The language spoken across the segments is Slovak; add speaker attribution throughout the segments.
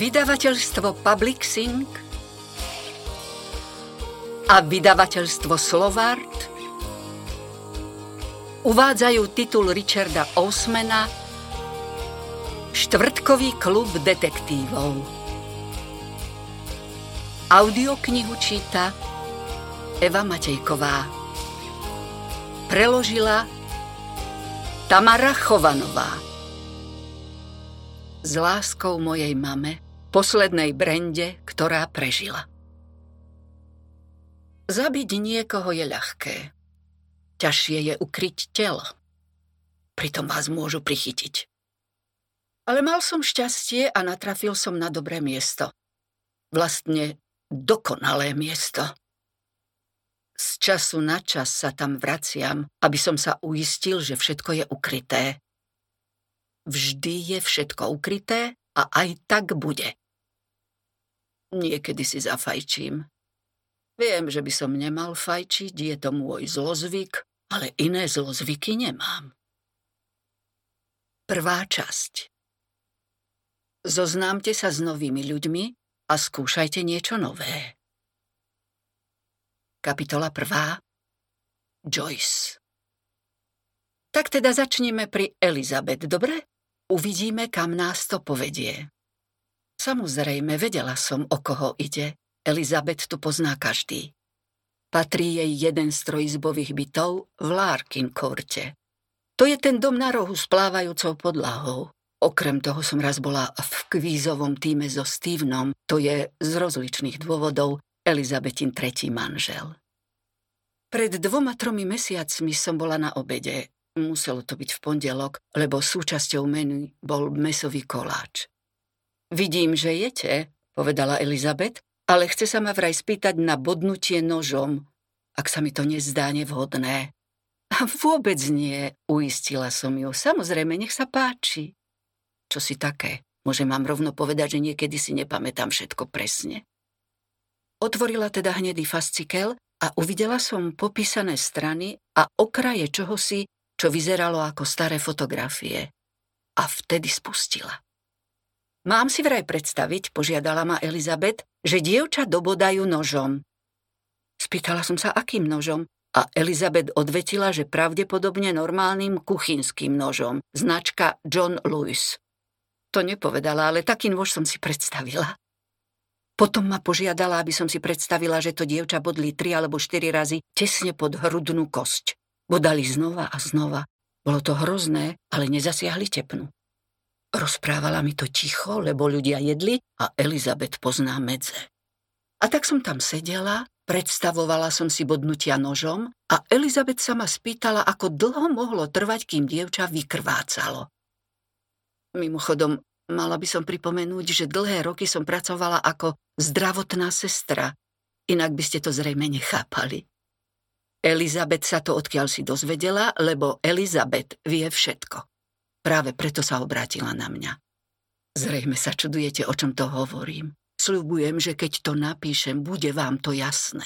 Speaker 1: Vydavateľstvo Publixing a vydavateľstvo Slovart uvádzajú titul Richarda Osmana Štvrtkový klub detektívov. Audioknihu číta Eva Matejková. Preložila Tamara Chovanová. S láskou mojej mame, poslednej Brende, ktorá prežila. Zabiť niekoho je ľahké. Ťažšie je ukryť telo. Pritom vás môžu prichytiť. Ale mal som šťastie a natrafil som na dobré miesto. Vlastne dokonalé miesto. Z času na čas sa tam vraciam, aby som sa uistil, že všetko je ukryté. Vždy je všetko ukryté a aj tak bude. Niekedy si zafajčím. Viem, že by som nemal fajčiť, je to môj zlozvyk, ale iné zlozvyky nemám. Prvá časť. Zoznámte sa s novými ľuďmi a skúšajte niečo nové. Kapitola 1. Joyce. Tak teda začneme pri Elizabeth, dobre? Uvidíme, kam nás to povedie. Samozrejme, vedela som, o koho ide. Elizabeth tu pozná každý. Patrí jej jeden z trojizbových bytov v Larkin Courte. To je ten dom na rohu s plávajúcou podlahou. Okrem toho som raz bola v kvízovom tíme so Stevenom, to je z rozličných dôvodov Elizabetin tretí manžel. Pred 2-3 mesiacmi som bola na obede. Muselo to byť v pondelok, lebo súčasťou menu bol mäsový koláč. Vidím, že jete, povedala Elizabeth, ale chce sa ma vraj spýtať na bodnutie nožom, ak sa mi to nezdá nevhodné. A vôbec nie, uistila som ju. Samozrejme, nech sa páči. Čo si také? Môžem vám rovno povedať, že niekedy si nepamätám všetko presne. Otvorila teda hnedý fascikel a uvidela som popísané strany a okraje čohosi, čo vyzeralo ako staré fotografie. A vtedy spustila. Mám si vraj predstaviť, požiadala ma Elizabeth, že dievča dobodajú nožom. Spýtala som sa, akým nožom, a Elizabeth odvetila, že pravdepodobne normálnym kuchynským nožom, značka John Lewis. To nepovedala, ale taký nôž som si predstavila. Potom ma požiadala, aby som si predstavila, že to dievča bodli 3 alebo 4 razy tesne pod hrudnú kosť. Bodali znova a znova. Bolo to hrozné, ale nezasiahli tepnu. Rozprávala mi to ticho, lebo ľudia jedli a Elizabeth pozná medze. A tak som tam sedela, predstavovala som si bodnutia nožom a Elizabeth sa ma spýtala, ako dlho mohlo trvať, kým dievča vykrvácalo. Mimochodom, mala by som pripomenúť, že dlhé roky som pracovala ako zdravotná sestra, inak by ste to zrejme nechápali. Elizabeth sa to odkiaľ si dozvedela, lebo Elizabeth vie všetko. Práve preto sa obrátila na mňa. Zrejme sa čudujete, o čom to hovorím. Sľubujem, že keď to napíšem, bude vám to jasné.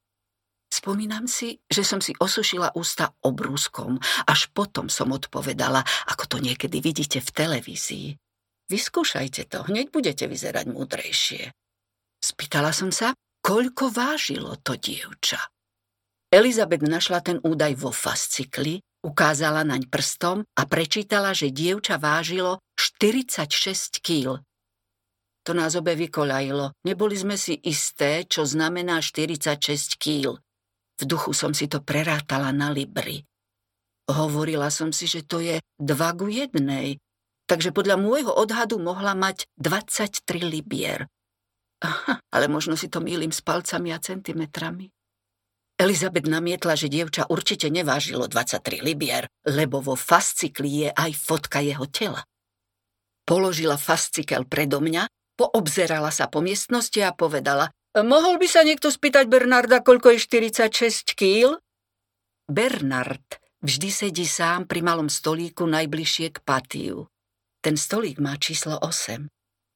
Speaker 1: Spomínam si, že som si osušila ústa obrúskom, až potom som odpovedala, ako to niekedy vidíte v televízii. Vyskúšajte to, hneď budete vyzerať múdrejšie. Spýtala som sa, koľko vážilo to dievča. Elizabeth našla ten údaj vo fascikli, ukázala naň prstom a prečítala, že dievča vážilo 46 kýl. To nás obe vykoľajilo. Neboli sme si isté, čo znamená 46 kýl. V duchu som si to prerátala na libry. Hovorila som si, že to je 2:1, takže podľa môjho odhadu mohla mať 23 libier. Aha, ale možno si to mýlim s palcami a centimetrami. Elizabeth namietla, že dievča určite nevážilo 23 libier, lebo vo fascikli je aj fotka jeho tela. Položila fascikel predo mňa, poobzerala sa po miestnosti a povedala: mohol by sa niekto spýtať Bernarda, koľko je 46 kýl? Bernard vždy sedí sám pri malom stolíku najbližšie k patiu. Ten stolík má číslo 8.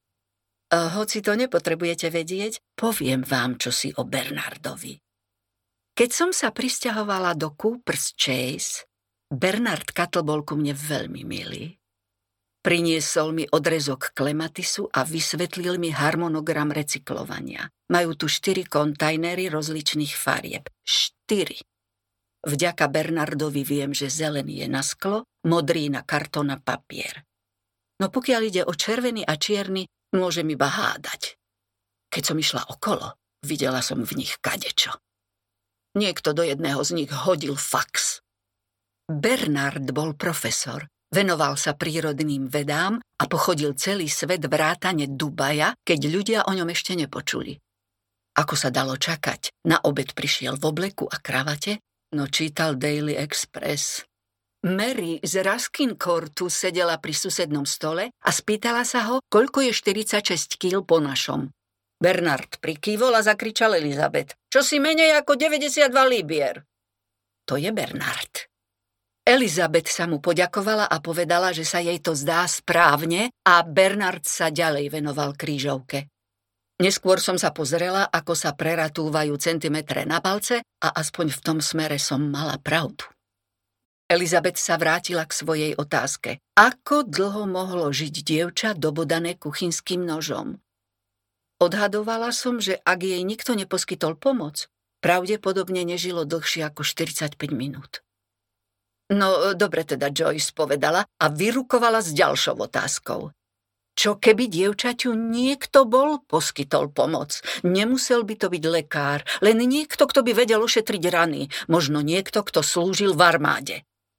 Speaker 1: Hoci to nepotrebujete vedieť, poviem vám čosi o Bernardovi. Keď som sa prisťahovala do Cooper's Chase, Bernard Cattle bol ku mne veľmi milý. Priniesol mi odrezok klematisu a vysvetlil mi harmonogram recyklovania. Majú tu 4 kontajnery rozličných farieb. 4. Vďaka Bernardovi viem, že zelený je na sklo, modrý na kartón a papier. No pokiaľ ide o červený a čierny, môžem iba hádať. Keď som išla okolo, videla som v nich kadečo. Niekto do jedného z nich hodil fax. Bernard bol profesor, venoval sa prírodným vedám a pochodil celý svet vrátane Dubaja, keď ľudia o ňom ešte nepočuli. Ako sa dalo čakať, na obed prišiel v obleku a kravate, no čítal Daily Express. Mary z Ruskin Courtu sedela pri susednom stole a spýtala sa ho, koľko je 46 kýl po našom. Bernard prikývol a zakričal Elizabeth. Čo si menej ako 92 libier? To je Bernard. Elizabeth sa mu poďakovala a povedala, že sa jej to zdá správne a Bernard sa ďalej venoval krížovke. Neskôr som sa pozrela, ako sa preratúvajú centimetre na palce a aspoň v tom smere som mala pravdu. Elizabeth sa vrátila k svojej otázke. Ako dlho mohlo žiť dievča dobodané kuchynským nožom? Odhadovala som, že ak jej nikto neposkytol pomoc, pravdepodobne nežilo dlhšie ako 45 minút. No, dobre teda, Joyce povedala a vyrukovala s ďalšou otázkou. Čo keby dievčaťu niekto bol poskytol pomoc? Nemusel by to byť lekár, len niekto, kto by vedel ošetriť rany, možno niekto, kto slúžil v armáde.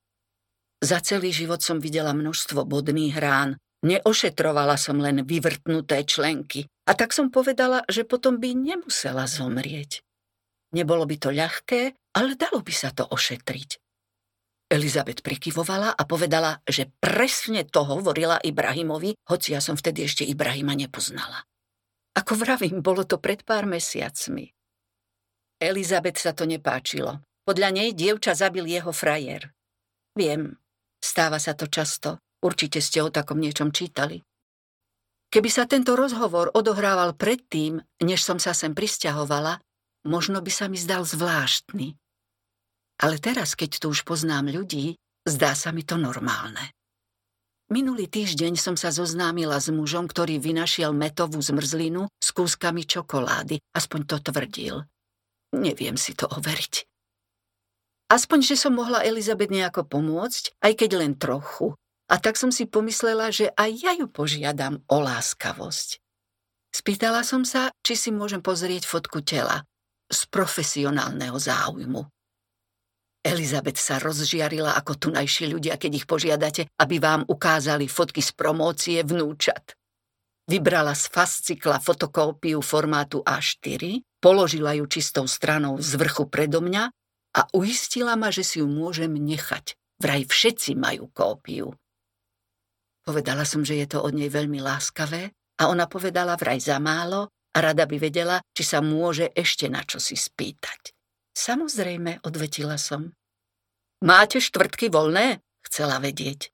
Speaker 1: Za celý život som videla množstvo bodných rán, neošetrovala som len vyvrtnuté členky a tak som povedala, že potom by nemusela zomrieť. Nebolo by to ľahké, ale dalo by sa to ošetriť. Elizabeth prikyvovala a povedala, že presne to hovorila Ibrahimovi, hoci ja som vtedy ešte Ibrahima nepoznala. Ako vravím, bolo to pred pár mesiacmi. Elizabeth sa to nepáčilo. Podľa nej dievča zabil jeho frajer. Viem, stáva sa to často. Určite ste o takom niečom čítali. Keby sa tento rozhovor odohrával predtým, než som sa sem prisťahovala, možno by sa mi zdal zvláštny. Ale teraz, keď tu už poznám ľudí, zdá sa mi to normálne. Minulý týždeň som sa zoznámila s mužom, ktorý vynašiel mätovú zmrzlinu s kúskami čokolády. Aspoň to tvrdil. Neviem si to overiť. Aspoň, že som mohla Elizabeth nejako pomôcť, aj keď len trochu. A tak som si pomyslela, že aj ja ju požiadam o láskavosť. Spýtala som sa, či si môžem pozrieť fotku tela z profesionálneho záujmu. Elizabeth sa rozžiarila ako tunajší ľudia, keď ich požiadate, aby vám ukázali fotky z promócie vnúčat. Vybrala z fascikla fotokópiu formátu A4, položila ju čistou stranou z vrchu predo mňa a uistila ma, že si ju môžem nechať. Vraj všetci majú kópiu. Povedala som, že je to od nej veľmi láskavé a ona povedala vraj za málo a rada by vedela, či sa môže ešte na čo si spýtať. Samozrejme, odvetila som. Máte štvrtky voľné? Chcela vedieť.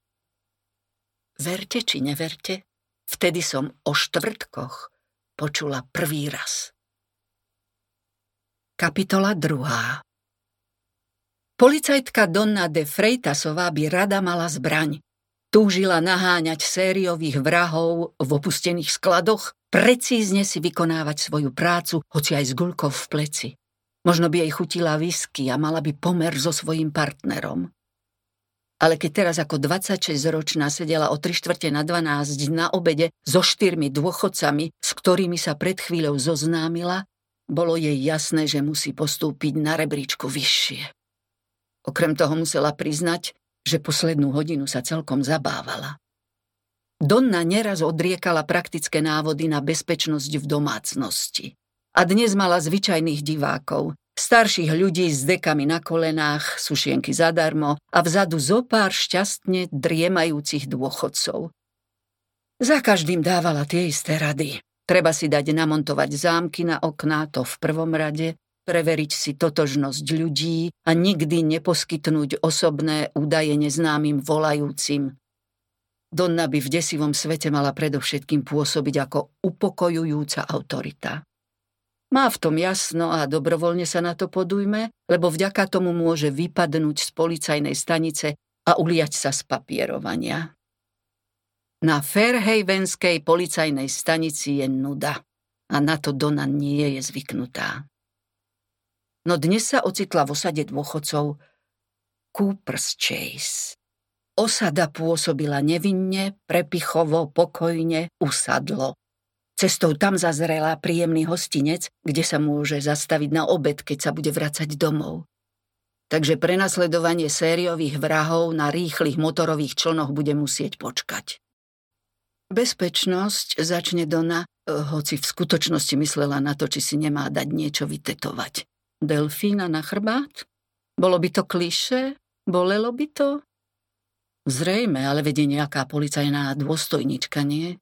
Speaker 1: Verte či neverte, vtedy som o štvrtkoch počula prvý raz. Kapitola 2. Policajtka Donna de Freitasová by rada mala zbraň. Túžila naháňať sériových vrahov v opustených skladoch, precízne si vykonávať svoju prácu, hoci aj s guľkou v pleci. Možno by jej chutila whisky a mala by pomer so svojím partnerom. Ale keď teraz ako 26-ročná sedela o 3/4 na 12 na obede so 4 dôchodcami, s ktorými sa pred chvíľou zoznámila, bolo jej jasné, že musí postúpiť na rebríčku vyššie. Okrem toho musela priznať, že poslednú hodinu sa celkom zabávala. Donna neraz odriekala praktické návody na bezpečnosť v domácnosti. A dnes mala zvyčajných divákov, starších ľudí s dekami na kolenách, sušienky zadarmo a vzadu zopár šťastne driemajúcich dôchodcov. Za každým dávala tie isté rady. Treba si dať namontovať zámky na okná, to v prvom rade, preveriť si totožnosť ľudí a nikdy neposkytnúť osobné údaje neznámym volajúcim. Donna by v desivom svete mala predovšetkým pôsobiť ako upokojujúca autorita. Má v tom jasno a dobrovoľne sa na to podujme, lebo vďaka tomu môže vypadnúť z policajnej stanice a uliať sa z papierovania. Na Fairhavenskej policajnej stanici je nuda a na to Donna nie je zvyknutá. No dnes sa ocitla v osade dôchodcov Cooper's Chase. Osada pôsobila nevinne, prepichovo, pokojne, usadlo. Cestou tam zazrela príjemný hostinec, kde sa môže zastaviť na obed, keď sa bude vracať domov. Takže prenasledovanie sériových vrahov na rýchlych motorových člnoch bude musieť počkať. Bezpečnosť, začne Donna, hoci v skutočnosti myslela na to, či si nemá dať niečo vytetovať. Delfína na chrbát? Bolo by to klišé? Bolelo by to? Zrejme, ale vedie nejaká policajná dôstojnička, nie?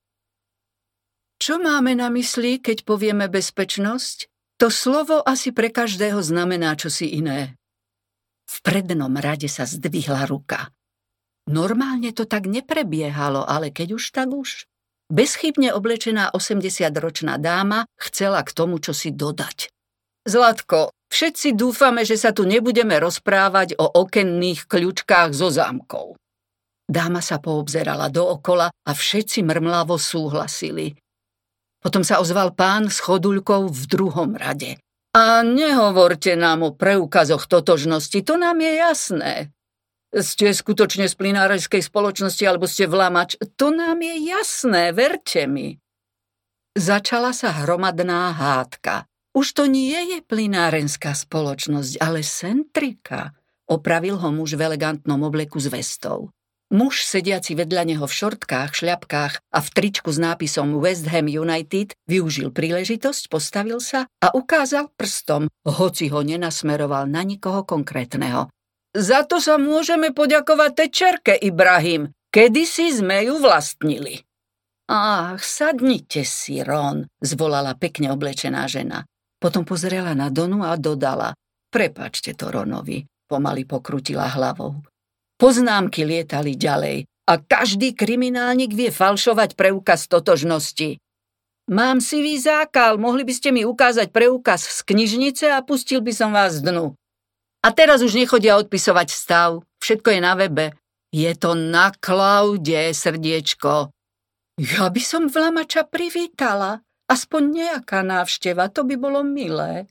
Speaker 1: Čo máme na mysli, keď povieme bezpečnosť? To slovo asi pre každého znamená čosi iné. V prednom rade sa zdvihla ruka. Normálne to tak neprebiehalo, ale keď už, tak už. Bezchybne oblečená 80-ročná dáma chcela k tomu čosi dodať. Zlatko, všetci dúfame, že sa tu nebudeme rozprávať o okenných kľúčkách so zámkou. Dáma sa poobzerala dookola a všetci mrmlavo súhlasili. Potom sa ozval pán s choduľkou v druhom rade. A nehovorte nám o preukazoch totožnosti, to nám je jasné. Ste skutočne z plynárenskej spoločnosti alebo ste vlamač, to nám je jasné, verte mi. Začala sa hromadná hádka. Už to nie je plynárenská spoločnosť, ale Centrika, opravil ho muž v elegantnom obleku s vestou. Muž sediaci vedľa neho v šortkách, šľapkách a v tričku s nápisom West Ham United využil príležitosť, postavil sa a ukázal prstom, hoci ho nenasmeroval na nikoho konkrétneho. Za to sa môžeme poďakovať tečerke, Ibrahim. Kedysi sme ju vlastnili. Ach, sadnite si, Ron, zvolala pekne oblečená žena. Potom pozrela na Donu a dodala. Prepáčte to Ronovi, pomaly pokrutila hlavou. Poznámky lietali ďalej a každý kriminálnik vie falšovať preukaz totožnosti. Mám sivý zákal, mohli by ste mi ukázať preukaz z knižnice a pustil by som vás dnu. A teraz už nechodia odpisovať stav, všetko je na webe. Je to na cloude, srdiečko. Ja by som vlamača privítala, aspoň nejaká návšteva, to by bolo milé.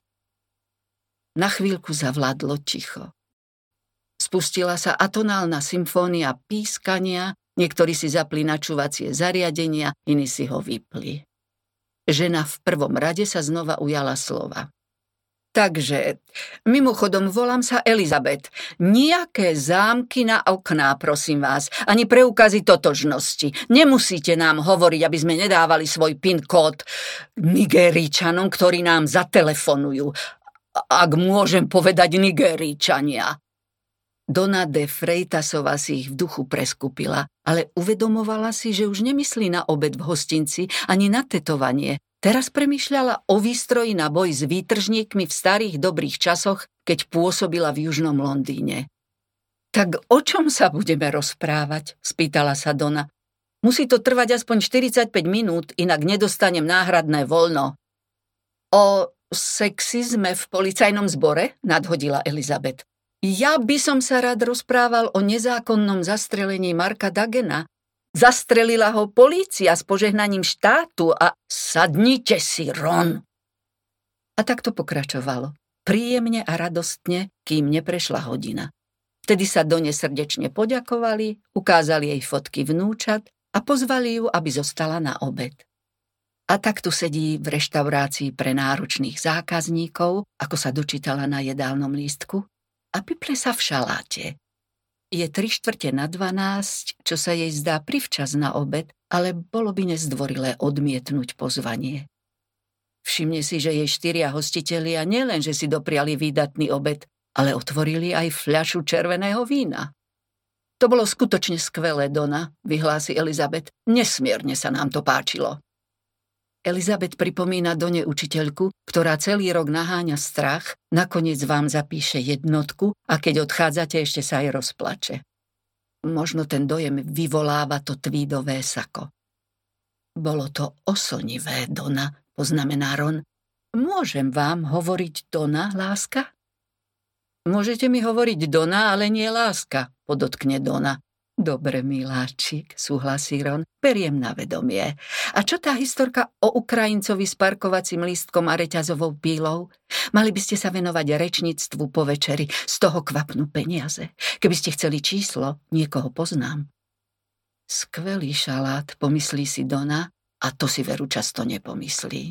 Speaker 1: Na chvíľku zavládlo ticho. Spustila sa atonálna symfónia pískania, niektorí si zapli načúvacie zariadenia, iní si ho vypli. Žena v prvom rade sa znova ujala slova. Takže, mimochodom, volám sa Elizabeth. Nijaké zámky na okná, prosím vás, ani preukazy totožnosti. Nemusíte nám hovoriť, aby sme nedávali svoj PIN kód Nigéričanom, ktorí nám zatelefonujú. Ak môžem povedať Nigéričania. Donna de Freitasová si ich v duchu preskupila, ale uvedomovala si, že už nemyslí na obed v hostinci ani na tetovanie. Teraz premýšľala o výstroji na boj s výtržníkmi v starých dobrých časoch, keď pôsobila v južnom Londýne. Tak o čom sa budeme rozprávať? Spýtala sa Donna. Musí to trvať aspoň 45 minút, inak nedostanem náhradné voľno. O sexizme v policajnom zbore? Nadhodila Elizabeth. Ja by som sa rád rozprával o nezákonnom zastrelení Marka Dagena. Zastrelila ho polícia s požehnaním štátu a sadnite si, Ron. A tak to pokračovalo. Príjemne a radostne, kým neprešla hodina. Vtedy sa Donne srdečne poďakovali, ukázali jej fotky vnúčat a pozvali ju, aby zostala na obed. A tak tu sedí v reštaurácii pre náročných zákazníkov, ako sa dočítala na jedálnom lístku, a piple sa v šaláte. Je 3:45, čo sa jej zdá privčas na obed, ale bolo by nezdvorilé odmietnúť pozvanie. Všimne si, že jej 4 hostitelia nielenže si dopriali výdatný obed, ale otvorili aj fľašu červeného vína. To bolo skutočne skvelé, Donna, vyhlási Elizabeth. Nesmierne sa nám to páčilo. Elizabeth pripomína Donne učiteľku, ktorá celý rok naháňa strach, nakoniec vám zapíše 1 a keď odchádzate, ešte sa aj rozplače. Možno ten dojem vyvoláva to tweedové sako. Bolo to oslnivé, Donna, poznamená Ron. Môžem vám hovoriť Donna, láska? Môžete mi hovoriť Donna, ale nie láska, podotkne Donna. Dobre, miláčik, súhlasí Ron, beriem na vedomie. A čo tá historka o Ukrajincovi s parkovacím lístkom a reťazovou pílou? Mali by ste sa venovať rečníctvu po večeri, z toho kvapnú peniaze. Keby ste chceli číslo, niekoho poznám. Skvelý šalát, pomyslí si Donna, a to si veru často nepomyslí.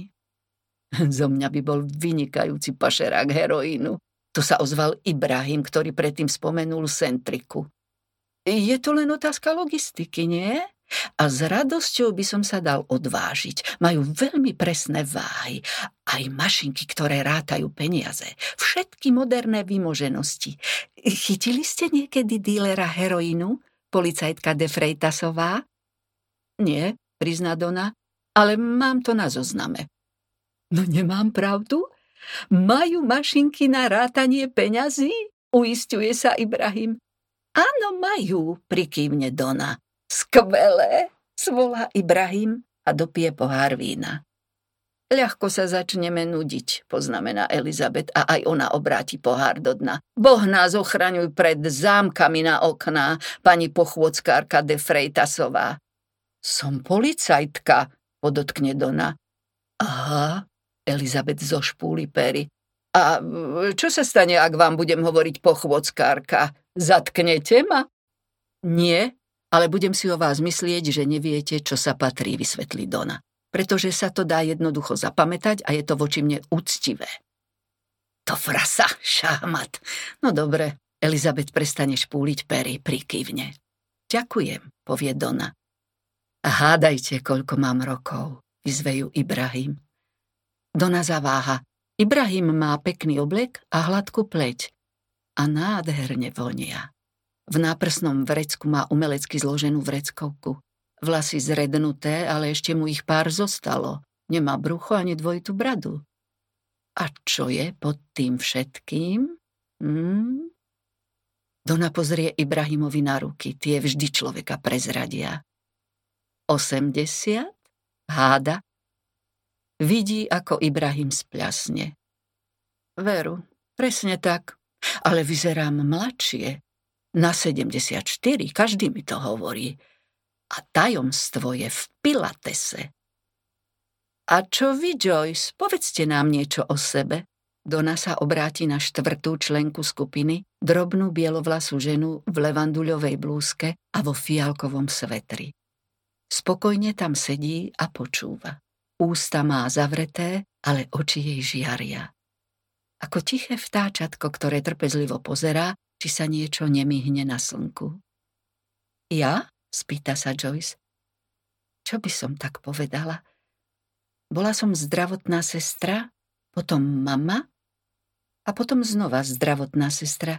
Speaker 1: Zo mňa by bol vynikajúci pašerák heroínu. To sa ozval Ibrahim, ktorý predtým spomenul Centriku. Je to len otázka logistiky, nie? A s radosťou by som sa dal odvážiť. Majú veľmi presné váhy. Aj mašinky, ktoré rátajú peniaze. Všetky moderné vymoženosti. Chytili ste niekedy dílera heroínu? Policajtka de Freitasová? Nie, prizná Donna, ale mám to na zozname. No nemám pravdu? Majú mašinky na rátanie peňazí? Uisťuje sa Ibrahim. Áno, majú, prikývne Donna. Skvelé, svolá Ibrahim a dopije pohár vína. Ľahko sa začneme nudiť, poznamená Elizabeth a aj ona obráti pohár do dna. Boh nás ochraňuj pred zámkami na okná, pani pochôdzkárka de Freitasová. Som policajtka, podotkne Donna. Aha, Elizabeth zošpúli pery. A čo sa stane, ak vám budem hovoriť pochôdzkárka? Zatknete ma? Nie, ale budem si o vás myslieť, že neviete, čo sa patrí, vysvetlí Donna. Pretože sa to dá jednoducho zapamätať a je to voči mne úctivé. To frasa, šahmat. No dobre, Elizabeth prestane špúliť pery, prikývne. Ďakujem, povie Donna. A hádajte, koľko mám rokov, vyzvejú Ibrahim. Donna zaváha. Ibrahim má pekný oblek a hladkú pleť a nádherne vonia. V náprsnom vrecku má umelecky zloženú vreckovku. Vlasy zrednuté, ale ešte mu ich pár zostalo. Nemá brucho ani dvojitú bradu. A čo je pod tým všetkým? Donna pozrie Ibrahimovi na ruky. Tie vždy človeka prezradia. 80? Háda? Vidí, ako Ibrahim spľasne. Veru, presne tak. Ale vyzerám mladšie. Na 74, každý mi to hovorí. A tajomstvo je v pilatese. A čo vy, Joyce? Povedzte nám niečo o sebe. Donna sa obráti na štvrtú členku skupiny, drobnú bielovlasú ženu v levanduľovej blúzke a vo fialkovom svetri. Spokojne tam sedí a počúva. Ústa má zavreté, ale oči jej žiaria. Ako tiché vtáčatko, ktoré trpezlivo pozerá, či sa niečo nemihne na slnku. Ja? Spýta sa Joyce. Čo by som tak povedala? Bola som zdravotná sestra, potom mama a potom znova zdravotná sestra.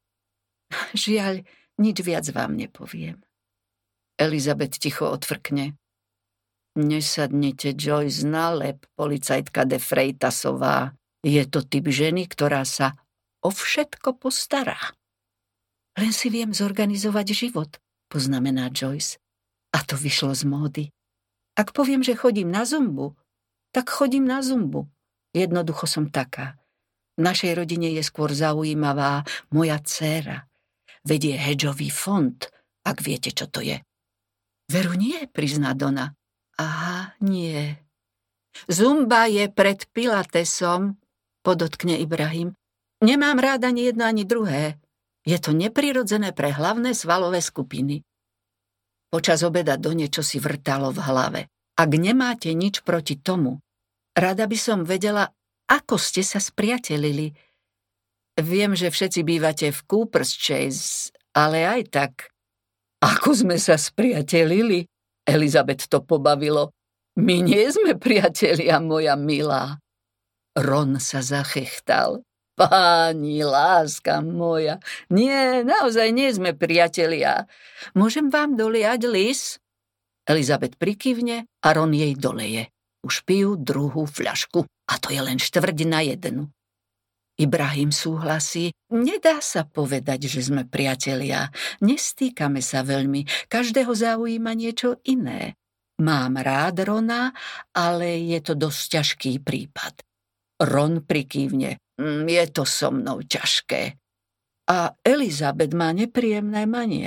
Speaker 1: Žiaľ, nič viac vám nepoviem. Elizabeth ticho odfrkne. Nesadnite, Joyce, na lep, policajtka de Freitasová. Je to typ ženy, ktorá sa o všetko postará. Len si viem zorganizovať život, poznamená Joyce. A to vyšlo z módy. Ak poviem, že chodím na zumbu, tak chodím na zumbu. Jednoducho som taká. V našej rodine je skôr zaujímavá moja dcéra. Vedie hedžový fond, ak viete, čo to je. Veru nie, prizná Donna. Aha, nie. Zumba je pred pilatesom, podotkne Ibrahim. Nemám rád ani jedno, ani druhé. Je to neprirodzené pre hlavné svalové skupiny. Počas obeda do niečo si vrtalo v hlave. Ak nemáte nič proti tomu, rada by som vedela, ako ste sa spriatelili. Viem, že všetci bývate v Cooper's Chase, ale aj tak. Ako sme sa spriatelili? Elizabeth to pobavilo. My nie sme priatelia, moja milá. Ron sa zachechtal. Páni, láska moja, nie, naozaj nie sme priatelia. Môžem vám doliať, Liz? Elizabeth prikývne a Ron jej doleje. Už pijú druhú fľašku a to je len 1:4. Ibrahim súhlasí. Nedá sa povedať, že sme priatelia. Nestýkame sa veľmi. Každého zaujíma niečo iné. Mám rád Rona, ale je to dosť ťažký prípad. Ron prikývne. Je to so mnou ťažké. A Elizabeth má nepríjemné maniere.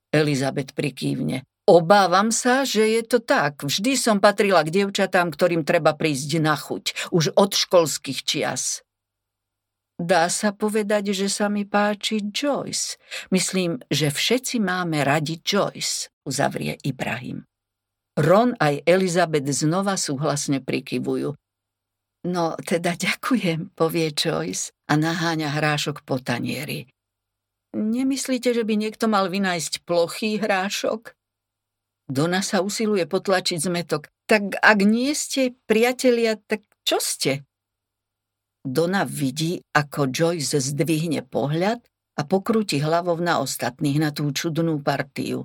Speaker 1: Elizabeth prikývne. Obávam sa, že je to tak. Vždy som patrila k dievčatám, ktorým treba prísť na chuť. Už od školských čias. Dá sa povedať, že sa mi páči Joyce. Myslím, že všetci máme radi Joyce, uzavrie Ibrahim. Ron aj Elizabeth znova súhlasne prikyvujú. No, teda ďakujem, povie Joyce a naháňa hrášok po tanieri. Nemyslíte, že by niekto mal vynájsť plochý hrášok? Donna sa usiluje potlačiť zmätok. Tak ak nie ste priatelia, tak čo ste? Donna vidí, ako Joyce zdvihne pohľad a pokrúti hlavou na ostatných, na tú čudnú partiu.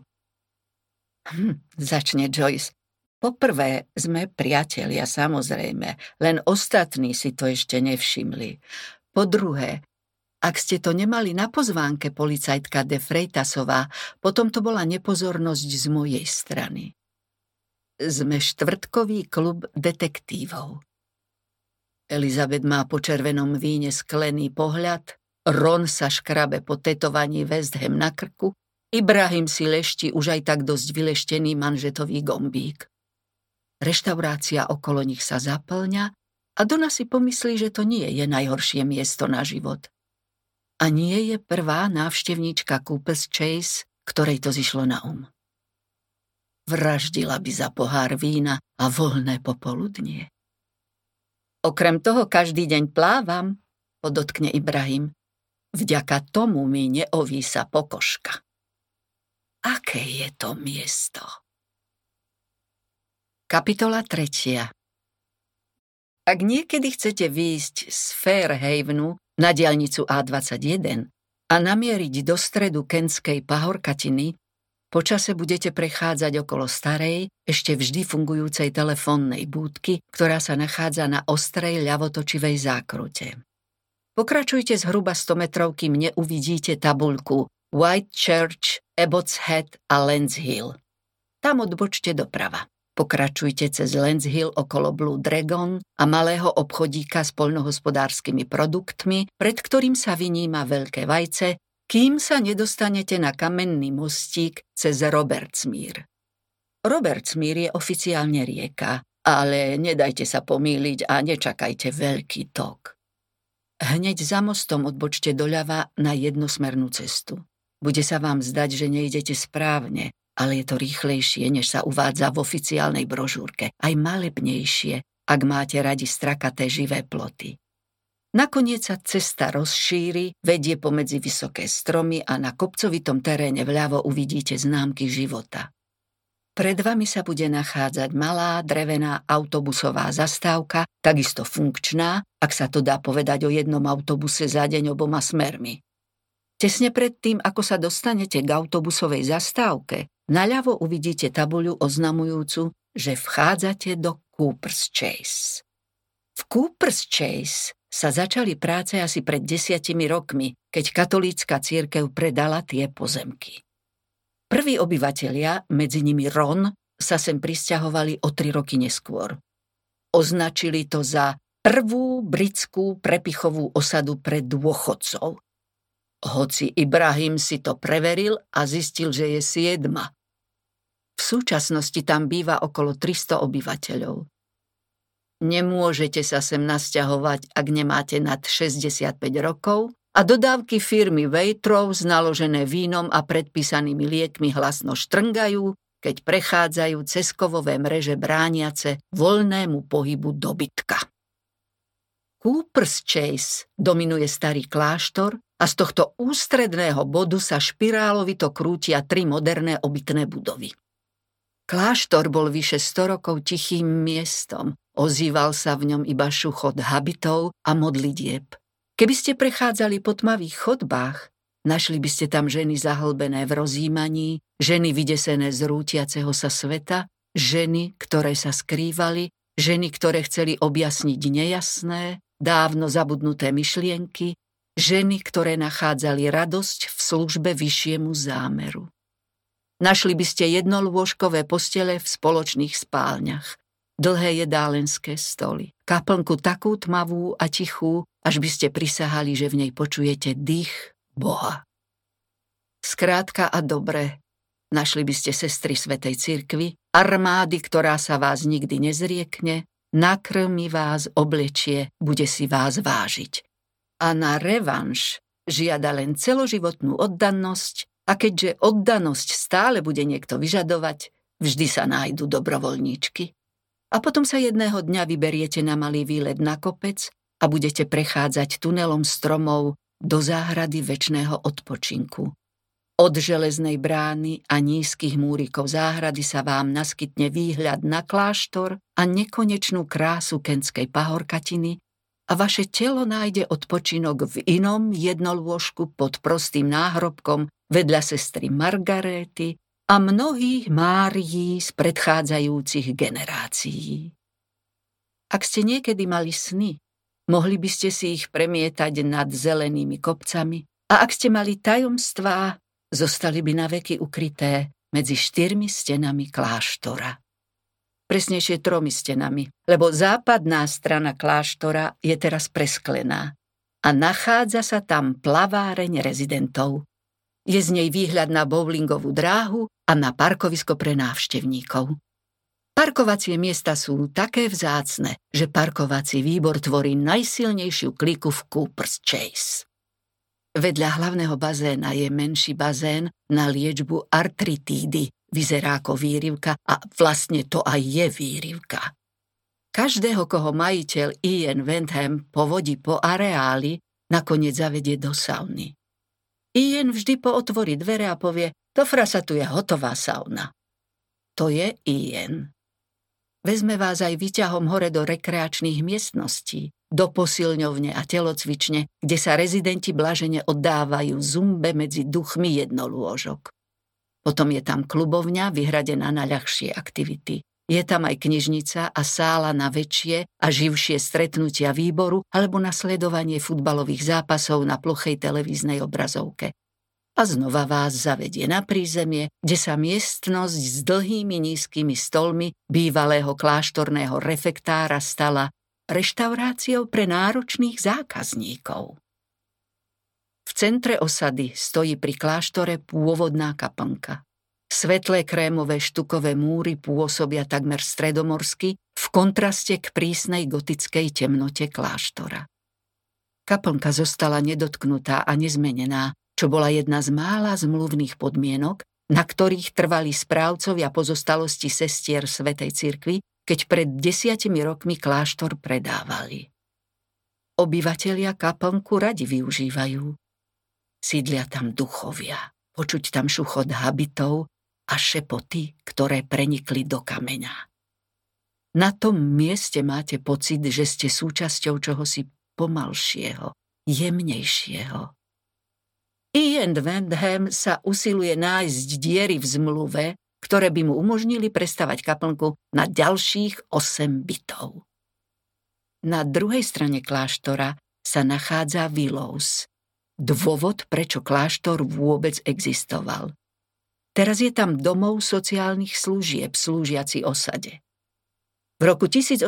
Speaker 1: Začne Joyce. Poprvé sme priatelia, samozrejme, len ostatní si to ešte nevšimli. Po druhé, ak ste to nemali na pozvánke, policajtka de Freitasová, potom to bola nepozornosť z mojej strany. Sme štvrtkový klub detektívov. Elizabeth má po červenom víne sklený pohľad, Ron sa škrabe po tetovaní West Ham na krku, Ibrahim si lešti už aj tak dosť vyleštený manžetový gombík. Reštaurácia okolo nich sa zaplňa a Donna si pomyslí, že to nie je najhoršie miesto na život. A nie je prvá návštevníčka Coopers Chase, ktorej to zišlo na Vraždila by za pohár vína a voľné popoludnie. Okrem toho každý deň plávam, podotkne Ibrahim. Vďaka tomu mi neovísa pokožka. Aké je to miesto? Kapitola 3. Ak niekedy chcete výjsť z Fairhavenu na diaľnicu A21 a namieriť do stredu Kentskej pahorkatiny, počase budete prechádzať okolo starej, ešte vždy fungujúcej telefónnej búdky, ktorá sa nachádza na ostrej ľavotočivej zákrute. Pokračujte zhruba 100 metrov, kým neuvidíte tabuľku Whitechurch, Abbots Head a Lens Hill. Tam odbočte doprava. Pokračujte cez Lens Hill okolo Blue Dragon a malého obchodíka s poľnohospodárskymi produktmi, pred ktorým sa vyníma veľké vajce, kým sa nedostanete na kamenný mostík cez Robertsmere. Robertsmere je oficiálne rieka, ale nedajte sa pomýliť a nečakajte veľký tok. Hneď za mostom odbočte doľava na jednosmernú cestu. Bude sa vám zdať, že nejdete správne, ale je to rýchlejšie, než sa uvádza v oficiálnej brožúrke, aj malebnejšie, ak máte radi strakaté živé ploty. Nakoniec sa cesta rozšíri, vedie pomedzi vysoké stromy a na kopcovitom teréne vľavo uvidíte známky života. Pred vami sa bude nachádzať malá drevená autobusová zastávka, takisto funkčná, ak sa to dá povedať o jednom autobuse za deň oboma smermi. Tesne pred tým, ako sa dostanete k autobusovej zastávke, naľavo uvidíte tabuľu oznamujúcu, že vchádzate do Coopers Chase. V Coopers Chase sa začali práce asi pred 10 rokmi, keď katolícka cirkev predala tie pozemky. Prví obyvatelia, medzi nimi Ron, sa sem prisťahovali o 3 roky neskôr. Označili to za prvú britskú prepichovú osadu pre dôchodcov. Hoci Ibrahim si to preveril a zistil, že je 7. V súčasnosti tam býva okolo 300 obyvateľov. Nemôžete sa sem nasťahovať, ak nemáte nad 65 rokov a dodávky firmy Waitrose naložené vínom a predpísanými liekmi hlasno štrngajú, keď prechádzajú cez kovové mreže brániace voľnému pohybu dobytka. Coopers Chase dominuje starý kláštor a z tohto ústredného bodu sa špirálovito krútia 3 moderné obytné budovy. Kláštor bol vyše 100 rokov tichým miestom, ozýval sa v ňom iba šuchot habitov a modlitieb. Keby ste prechádzali po tmavých chodbách, našli by ste tam ženy zahlbené v rozjímaní, ženy vydesené z rútiaceho sa sveta, ženy, ktoré sa skrývali, ženy, ktoré chceli objasniť nejasné, dávno zabudnuté myšlienky, ženy, ktoré nachádzali radosť v službe vyššiemu zámeru. Našli by ste jednolôžkové postele v spoločných spálniach, dlhé jedálenské stoly, kaplnku takú tmavú a tichú, až by ste prisahali, že v nej počujete dých Boha. Skrátka a dobre, Našli by ste sestry Svätej cirkvi, armády, ktorá sa vás nikdy nezriekne, nakrmi vás, oblečie, bude si vás vážiť. A na revanš žiada len celoživotnú oddanosť, a keďže oddanosť stále bude niekto vyžadovať, vždy sa nájdu dobrovoľníčky. A potom sa jedného dňa vyberiete na malý výlet na kopec a budete prechádzať tunelom stromov do záhrady večného odpočinku. Od železnej brány a nízkych múrikov záhrady sa vám naskytne výhľad na kláštor a nekonečnú krásu Kentskej pahorkatiny a vaše telo nájde odpočinok v inom jednolôžku pod prostým náhrobkom vedľa sestry Margaréty a mnohých Márií z predchádzajúcich generácií. Ak ste niekedy mali sny, mohli by ste si ich premietať nad zelenými kopcami a ak ste mali tajomstvá, zostali by na veky ukryté medzi 4 stenami kláštora. Presnejšie 3 stenami, lebo západná strana kláštora je teraz presklená a nachádza sa tam plaváreň rezidentov. Je z nej výhľad na bowlingovú dráhu a na parkovisko pre návštevníkov. Parkovacie miesta sú také vzácne, že parkovací výbor tvorí najsilnejšiu kliku v Cooper's Chase. Vedľa hlavného bazéna je menší bazén na liečbu artritídy. Vyzerá ako výrivka a vlastne to aj je výrivka. Každého, koho majiteľ Ian Wendham povodí po areáli, nakoniec zavedie do sauny. Ian vždy pootvorí dvere a povie, to frasa, tu je hotová sauna. To je Ian. Vezme vás aj výťahom hore do rekreačných miestností, do posilňovne a telocvične, kde sa rezidenti blažene oddávajú zumbe medzi duchmi jednolôžok. Potom je tam klubovňa vyhradená na ľahšie aktivity. Je tam aj knižnica a sála na väčšie a živšie stretnutia výboru alebo na sledovanie futbalových zápasov na plochej televíznej obrazovke. A znova vás zavedie na prízemie, kde sa miestnosť s dlhými nízkymi stolmi bývalého kláštorného refektára stala reštauráciou pre náročných zákazníkov. V centre osady stojí pri kláštore pôvodná kaplnka. Svetlé krémové štukové múry pôsobia takmer stredomorsky v kontraste k prísnej gotickej temnote kláštora. Kaplnka zostala nedotknutá a nezmenená, čo bola jedna z mála zmluvných podmienok, na ktorých trvali správcovia pozostalosti sestier Svätej cirkvi, keď pred 10 rokmi kláštor predávali. Obyvatelia kaplnku radi využívajú. Sídlia tam duchovia, počuť tam šuchot habitov a šepoty, ktoré prenikli do kameňa. Na tom mieste máte pocit, že ste súčasťou čohosi pomalšieho, jemnejšieho. Ian Wendham sa usiluje nájsť diery v zmluve, ktoré by mu umožnili prestavať kaplnku na ďalších 8 bytov. Na druhej strane kláštora sa nachádza Willows, dôvod, prečo kláštor vôbec existoval. Teraz je tam domov sociálnych služieb slúžiaci osade. V roku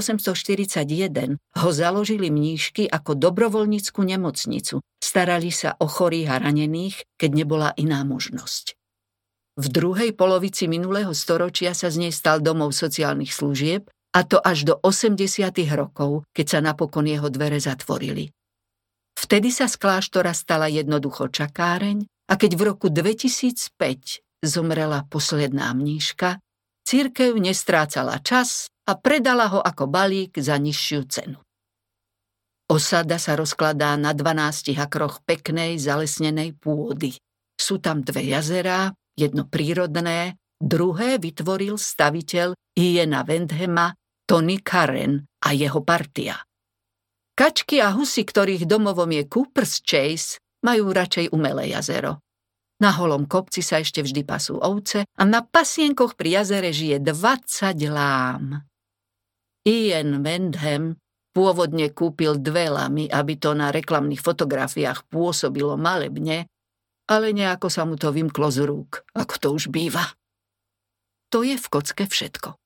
Speaker 1: 1841 ho založili mníšky ako dobrovoľnícku nemocnicu, starali sa o chorých a ranených, keď nebola iná možnosť. V druhej polovici minulého storočia sa z nej stal domov sociálnych služieb, a to až do 80. rokov, keď sa napokon jeho dvere zatvorili. Vtedy sa z kláštora stala jednoducho čakáreň a keď v roku 2005 zomrela posledná mníška, cirkev nestrácala čas a predala ho ako balík za nižšiu cenu. Osada sa rozkladá na 12 akroch peknej zalesnenej pôdy. Sú tam 2 jazerá, jedno prírodné, druhé vytvoril staviteľ Iana Wendhama Tony Karen a jeho partia. Kačky a husy, ktorých domovom je Cooper's Chase, majú radšej umelé jazero. Na holom kopci sa ešte vždy pasú ovce a na pasienkoch pri jazere žije 20 lám. Ian Wendham pôvodne kúpil 2 lamy, aby to na reklamných fotografiách pôsobilo malebne, ale nejako sa mu to vymklo z rúk, ako to už býva. To je v kocke všetko.